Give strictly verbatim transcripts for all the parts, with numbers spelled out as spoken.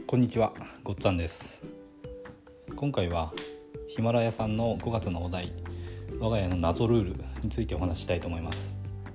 こんにちは、ごっつぁんです。今回はヒマラヤさんのごがつのお題、我が家の謎ルールについてお話ししたいと思います。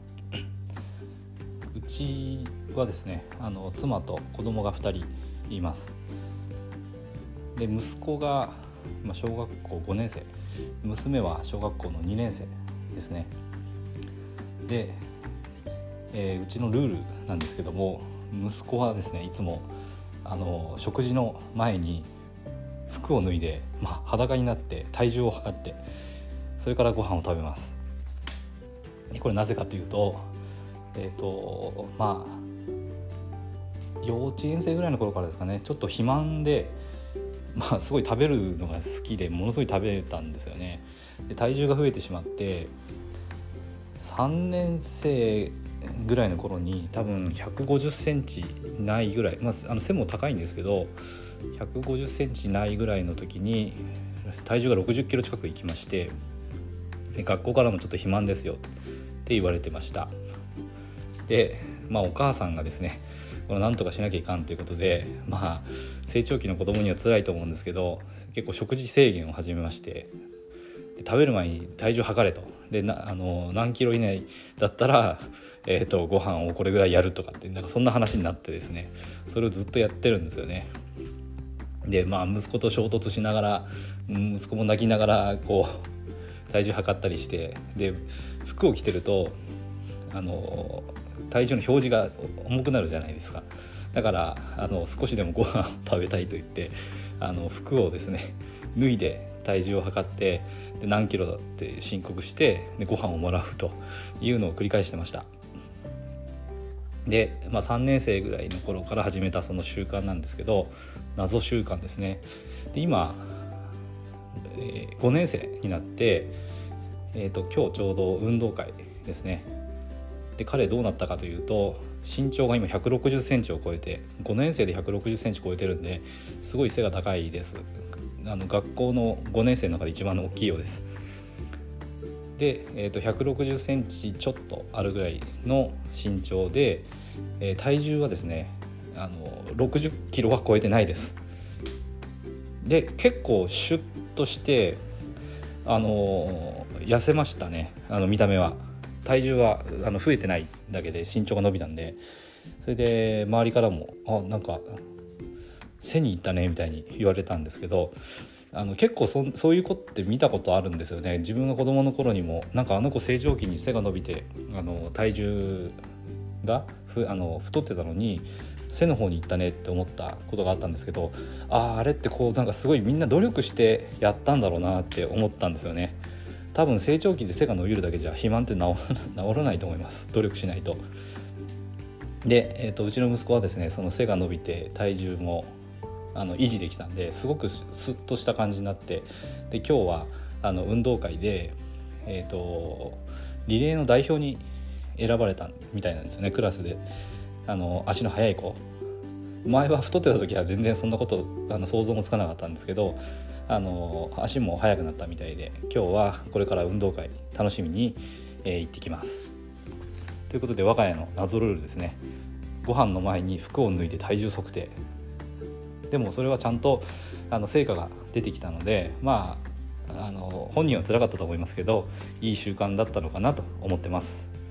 うちはですね、あの妻と子供がふたりいます。で、息子が今小学校ごねん生、娘は小学校のにねん生ですね。で、えー、うちのルールなんですけども、息子はですね、いつもあの食事の前に服を脱いで、まあ、裸になって体重を測って、それからご飯を食べます。でこれなぜかというと、えっとまあ幼稚園生ぐらいの頃からですかね、ちょっと肥満で、まあ、すごい食べるのが好きで、ものすごい食べたんですよね。で体重が増えてしまって、さんねん生ぐらいの頃に多分ひゃくごじゅっセンチないぐらい、まあ、あの背も高いんですけどひゃくごじゅっセンチないぐらいの時に体重がろくじゅっキロ近くいきまして、学校からもちょっと肥満ですよって言われてました。で、まあ、お母さんがですね、これなんとかしなきゃいかんということで、まあ成長期の子供には辛いと思うんですけど、結構食事制限を始めまして、で食べる前に体重測れと、でなあの何キロ以内だったらえー、とご飯をこれぐらいやるとかって、なんかそんな話になってですね、それをずっとやってるんですよね。で、まあ息子と衝突しながら、息子も泣きながらこう体重測ったりして、で服を着てるとあの体重の表示が重くなるじゃないですか。だからあの少しでもご飯を食べたいと言って、あの服をですね脱いで体重を測って、で何キロだって申告して、でご飯をもらうというのを繰り返してました。で、まあ、さんねん生ぐらいの頃から始めたその習慣なんですけど、謎習慣ですね。で今、えー、ごねん生になって、えーと、今日ちょうど運動会ですね。で彼どうなったかというと、身長が今ひゃくろくじゅっセンチを超えて、ごねん生でひゃくろくじゅっセンチ超えてるんで、すごい背が高いです。あの学校のごねん生の中で一番大きいようです。で、えー、とひゃくろくじゅっセンチちょっとあるぐらいの身長で、えー、体重はですね、あのろくじゅっキロは超えてないです。で結構シュッとして、あのー、痩せましたね。あの見た目は、体重はあの増えてないだけで身長が伸びたんで、それで周りからもあなんか背にいったねみたいに言われたんですけど、あの結構 そ, そういう子って見たことあるんですよね。自分が子供の頃にも、なんかあの子成長期に背が伸びて、あの体重がふあの太ってたのに背の方に行ったねって思ったことがあったんですけど、あああれってこうなんかすごいみんな努力してやったんだろうなって思ったんですよね。多分成長期で背が伸びるだけじゃ肥満って治ら、治らないと思います、努力しないと。で、えーと、うちの息子はですね、その背が伸びて体重もあの維持できたんで、すごくスッとした感じになって、で今日はあの運動会で、えーと、リレーの代表に選ばれたみたいなんですよね、クラスで。あの足の速い子、前は太ってた時は全然そんなことあの想像もつかなかったんですけど、あの足も速くなったみたいで、今日はこれから運動会楽しみに、えー、行ってきます。ということで、我が家の謎ルールですね。ご飯の前に服を脱いで体重測定。でもそれはちゃんとあの成果が出てきたので、まあ、あの本人は辛かったと思いますけど、いい習慣だったのかなと思ってます。